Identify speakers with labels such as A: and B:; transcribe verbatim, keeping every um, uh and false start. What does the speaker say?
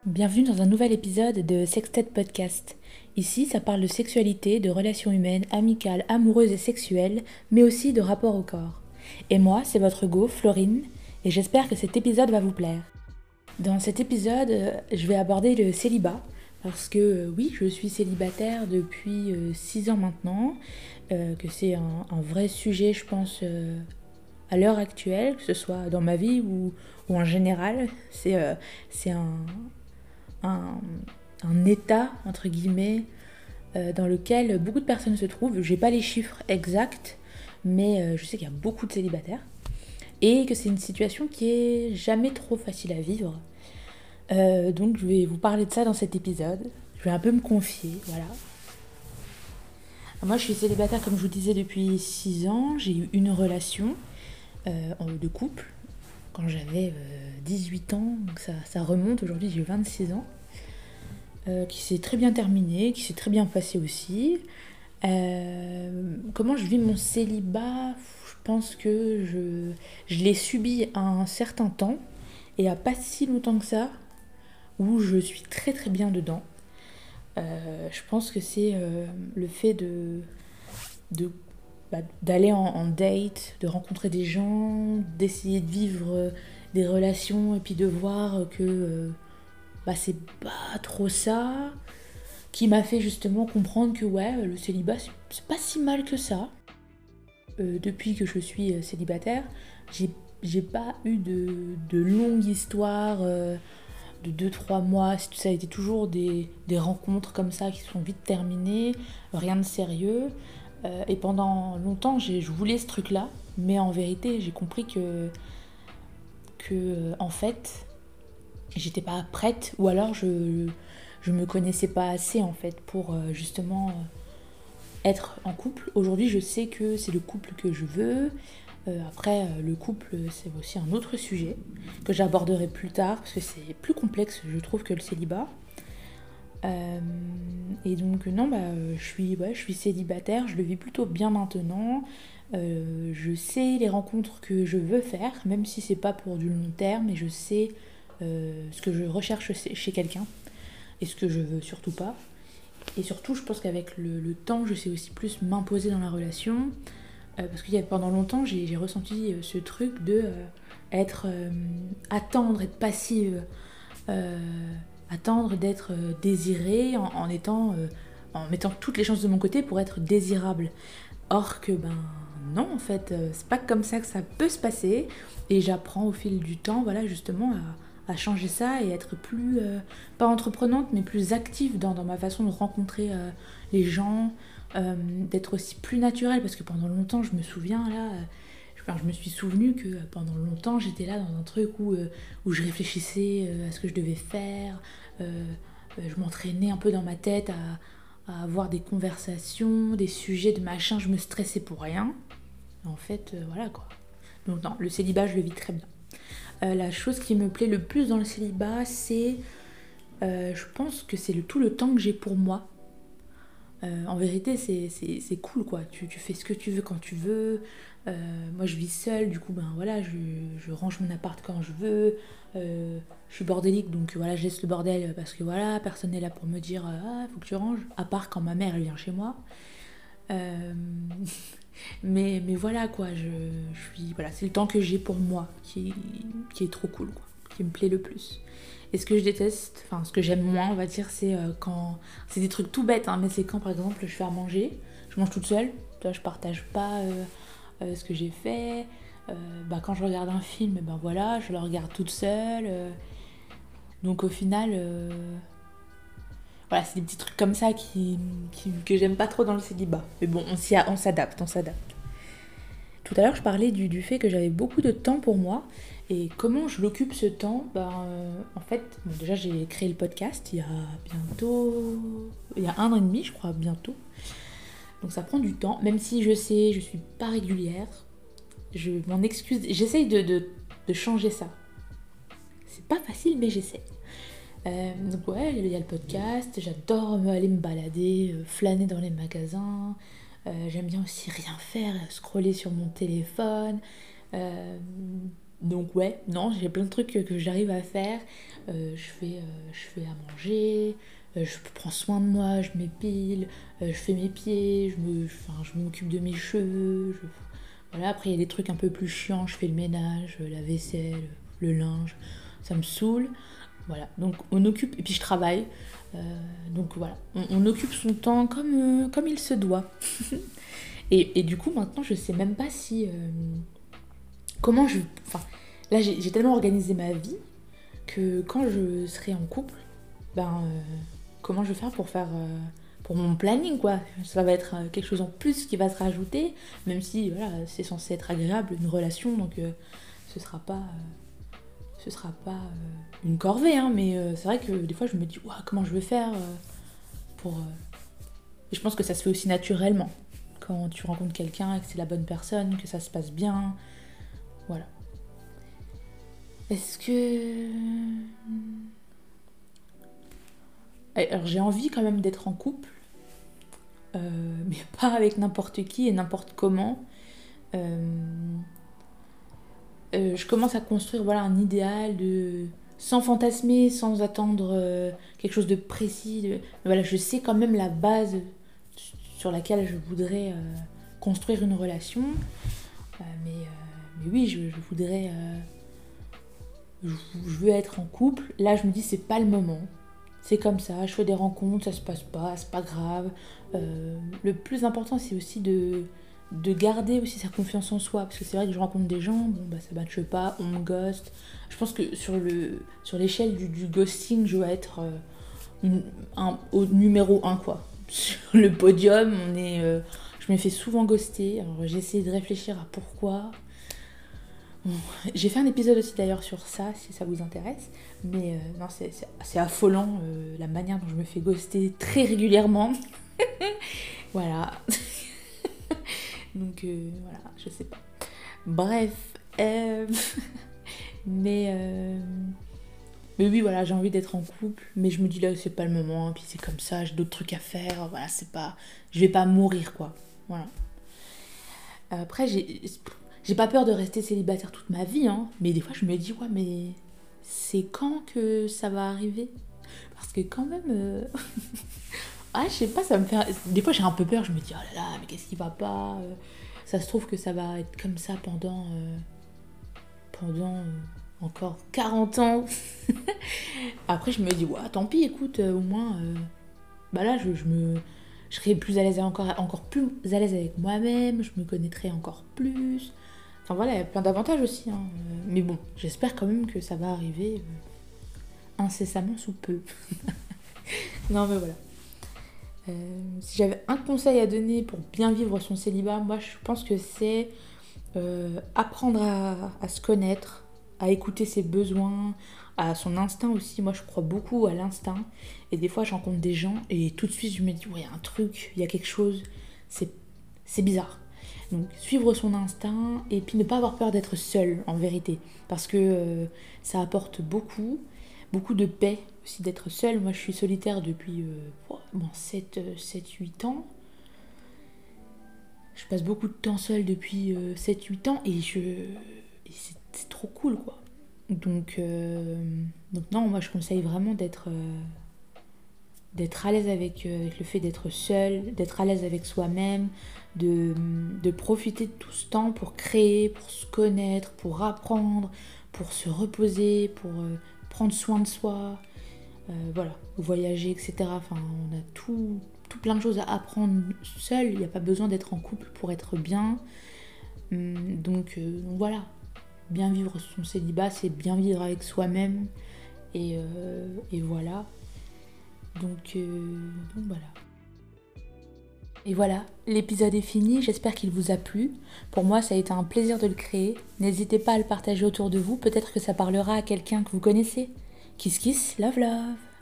A: Bienvenue dans un nouvel épisode de Sextet Podcast. Ici, ça parle de sexualité, de relations humaines, amicales, amoureuses et sexuelles, mais aussi de rapport au corps. Et moi, c'est votre go, Florine, et j'espère que cet épisode va vous plaire. Dans cet épisode, euh, je vais aborder le célibat, parce que euh, oui, je suis célibataire depuis six ans maintenant, euh, que c'est un, un vrai sujet, je pense, euh, à l'heure actuelle, que ce soit dans ma vie ou, ou en général. C'est euh, c'est un, un, un état, entre guillemets, euh, dans lequel beaucoup de personnes se trouvent. J'ai pas les chiffres exacts, mais euh, je sais qu'il y a beaucoup de célibataires. Et que c'est une situation qui est jamais trop facile à vivre. Euh, donc je vais vous parler de ça dans cet épisode. Je vais un peu me confier, voilà. Moi je suis célibataire comme je vous disais depuis six ans. J'ai eu une relation euh, de couple quand j'avais euh, dix-huit ans. Donc ça, ça remonte, aujourd'hui j'ai vingt-six ans. Euh, qui s'est très bien terminée, qui s'est très bien passée aussi. Euh, comment je vis mon célibat? Je pense que je, je l'ai subi à un certain temps et à pas si longtemps que ça, où je suis très très bien dedans. Euh, je pense que c'est euh, le fait de, de bah, d'aller en, en date, de rencontrer des gens, d'essayer de vivre des relations et puis de voir que euh, bah, c'est pas trop ça, qui m'a fait justement comprendre que ouais, le célibat c'est, c'est pas si mal que ça. Euh, depuis que je suis euh, célibataire, j'ai, j'ai pas eu de, de longue histoire euh, de deux trois mois. Ça a été toujours des, des rencontres comme ça qui sont vite terminées, rien de sérieux. Euh, et pendant longtemps, j'ai, je voulais ce truc-là, mais en vérité, j'ai compris que, que euh, en fait, j'étais pas prête, ou alors je, je me connaissais pas assez en fait pour euh, justement euh, être en couple. Aujourd'hui, je sais que c'est le couple que je veux. Euh, après, euh, le couple, c'est aussi un autre sujet que j'aborderai plus tard parce que c'est plus complexe, je trouve, que le célibat. Euh, et donc non, bah, je suis, ouais, je suis célibataire, je le vis plutôt bien maintenant. Euh, je sais les rencontres que je veux faire, même si c'est pas pour du long terme, et je sais euh, ce que je recherche chez quelqu'un et ce que je veux surtout pas. Et surtout, je pense qu'avec le, le temps, je sais aussi plus m'imposer dans la relation. Euh, parce que pendant longtemps, j'ai, j'ai ressenti euh, ce truc de euh, être euh, attendre, être passive, euh, attendre d'être euh, désirée en, en étant, euh, en mettant toutes les chances de mon côté pour être désirable. Or que ben non, en fait, euh, c'est pas comme ça que ça peut se passer. Et j'apprends au fil du temps, voilà, justement, à, à changer ça et être plus, euh, pas entreprenante, mais plus active dans, dans ma façon de rencontrer euh, les gens, euh, d'être aussi plus naturelle. Parce que pendant longtemps, je me souviens, là, euh, je, enfin, je me suis souvenu que euh, pendant longtemps, j'étais là dans un truc où, euh, où je réfléchissais euh, à ce que je devais faire. Euh, euh, je m'entraînais un peu dans ma tête à, à avoir des conversations, des sujets de machin, je me stressais pour rien. En fait, euh, voilà quoi. Donc non, le célibat, je le vis très bien. Euh, la chose qui me plaît le plus dans le célibat, c'est... euh, je pense que c'est le, tout le temps que j'ai pour moi. Euh, en vérité, c'est, c'est, c'est cool quoi. Tu, tu fais ce que tu veux quand tu veux. Euh, moi, je vis seule, du coup, ben voilà, je, je range mon appart quand je veux. Euh, je suis bordélique, donc voilà, je laisse le bordel parce que voilà, personne n'est là pour me dire ah, faut que tu ranges. À part quand ma mère elle vient chez moi. Euh, mais, mais voilà quoi, je, je suis, voilà, c'est le temps que j'ai pour moi qui, qui est trop cool quoi, qui me plaît le plus. Et ce que je déteste, enfin ce que j'aime moins on va dire, c'est euh, quand, c'est des trucs tout bêtes, hein, mais c'est quand par exemple je fais à manger, je mange toute seule, toi je partage pas euh, euh, ce que j'ai fait, euh, bah, quand je regarde un film, ben voilà, je le regarde toute seule, euh, donc au final... Euh, voilà, c'est des petits trucs comme ça qui, qui- que j'aime pas trop dans le célibat. Mais bon, on, s'y a- on s'adapte, on s'adapte. Tout à l'heure, je parlais du, du fait que j'avais beaucoup de temps pour moi. Et comment je l'occupe ce temps? Ben, euh, en fait, bon, déjà, j'ai créé le podcast il y a bientôt... Il y a un an et demi, je crois, bientôt. Donc ça prend du temps, même si je sais, je suis pas régulière. Je m'en excuse, j'essaye de, de, de changer ça. C'est pas facile, mais j'essaie. Euh, donc ouais, il y a le podcast, j'adore aller me balader, euh, flâner dans les magasins, euh, j'aime bien aussi rien faire, scroller sur mon téléphone, euh, Donc ouais, non, j'ai plein de trucs que, que j'arrive à faire. Euh, je fais, euh, je fais à manger, euh, je prends soin de moi, je m'épile, euh, je fais mes pieds, je me, enfin, je m'occupe de mes cheveux. je- Voilà, après il y a des trucs un peu plus chiants, je fais le ménage, euh, la vaisselle, le linge, ça me saoule. Voilà, donc on occupe, et puis je travaille. Euh, donc voilà, on, on occupe son temps comme, euh, comme il se doit. Et, et du coup maintenant je sais même pas si... euh, comment je... Enfin, là j'ai j'ai tellement organisé ma vie que quand je serai en couple, ben euh, comment je vais faire pour faire euh, pour mon planning quoi. Ça va être euh, quelque chose en plus qui va se rajouter, même si voilà c'est censé être agréable une relation, donc euh, ce sera pas euh, ce sera pas euh, une corvée, hein, mais euh, c'est vrai que des fois je me dis ouah, comment je vais faire euh, pour euh, et je pense que ça se fait aussi naturellement quand tu rencontres quelqu'un et que c'est la bonne personne, que ça se passe bien, voilà. Est-ce que alors j'ai envie quand même d'être en couple, euh, mais pas avec n'importe qui et n'importe comment. Euh, euh, je commence à construire voilà, un idéal de... sans fantasmer, sans attendre euh, quelque chose de précis. De... Mais voilà, je sais quand même la base sur laquelle je voudrais euh, construire une relation. Euh, mais, euh, mais oui, je, je voudrais... euh, je, je veux être en couple. Là, je me dis, c'est pas le moment. C'est comme ça, je fais des rencontres, ça se passe pas, c'est pas grave. Euh, le plus important, c'est aussi de, de garder aussi sa confiance en soi. Parce que c'est vrai que je rencontre des gens, bon bah ça matche pas, on me ghost. Je pense que sur, le, sur l'échelle du, du ghosting, je dois être euh, une- un- au numéro un quoi. Sur le podium, on est, euh, je me fais souvent ghoster. Alors j'ai essayé de réfléchir à pourquoi. Bon, j'ai fait un épisode aussi d'ailleurs sur ça, si ça vous intéresse. Mais euh, non, c'est, c'est, c'est affolant euh, la manière dont je me fais ghoster très régulièrement. Voilà. Donc euh, voilà, je sais pas. Bref. euh, mais, euh, mais oui, voilà, j'ai envie d'être en couple. Mais je me dis là, c'est pas le moment. Puis c'est comme ça, j'ai d'autres trucs à faire. Voilà, c'est pas. Je vais pas mourir quoi. Voilà. Après, j'ai, j'ai pas peur de rester célibataire toute ma vie, hein, mais des fois je me dis, ouais, mais c'est quand que ça va arriver? Parce que quand même, euh, ah, je sais pas, ça me fait... Des fois j'ai un peu peur, je me dis, oh là là, mais qu'est-ce qui va pas? euh, Ça se trouve que ça va être comme ça pendant, euh, pendant euh, encore quarante ans. Après je me dis, ouais, tant pis, écoute, euh, au moins, euh, bah là, je, je me... Je serai plus à l'aise encore, encore plus à l'aise avec moi-même, je me connaîtrai encore plus. Enfin voilà, il y a plein d'avantages aussi, hein. Euh, Mais bon, j'espère quand même que ça va arriver euh, incessamment sous peu. Non mais voilà. Euh, si j'avais un conseil à donner pour bien vivre son célibat, moi je pense que c'est euh, apprendre à, à se connaître, à écouter ses besoins, à son instinct aussi. Moi je crois beaucoup à l'instinct. Et des fois je rencontre des gens et tout de suite je me dis, ouais, il y a un truc, il y a quelque chose, c'est, c'est bizarre. Donc suivre son instinct et puis ne pas avoir peur d'être seul en vérité. Parce que euh, ça apporte beaucoup, beaucoup de paix aussi d'être seul. Moi je suis solitaire depuis euh, oh, bon, sept huit ans. Je passe beaucoup de temps seule depuis euh, sept huit ans et, je... et c'est, c'est trop cool quoi. Donc, euh, donc non, moi je conseille vraiment d'être, euh, d'être à l'aise avec, euh, avec le fait d'être seul, d'être à l'aise avec soi-même, de, de profiter de tout ce temps pour créer, pour se connaître, pour apprendre, pour se reposer, pour euh, prendre soin de soi, euh, voilà, voyager, et cetera. Enfin, on a tout, tout plein de choses à apprendre seul, il n'y a pas besoin d'être en couple pour être bien. Hum, Donc, euh, donc voilà, bien vivre son célibat, c'est bien vivre avec soi-même, et, euh, et voilà. Donc, euh, donc voilà. Et voilà, l'épisode est fini, j'espère qu'il vous a plu. Pour moi, ça a été un plaisir de le créer. N'hésitez pas à le partager autour de vous, peut-être que ça parlera à quelqu'un que vous connaissez. Kiss kiss, love love.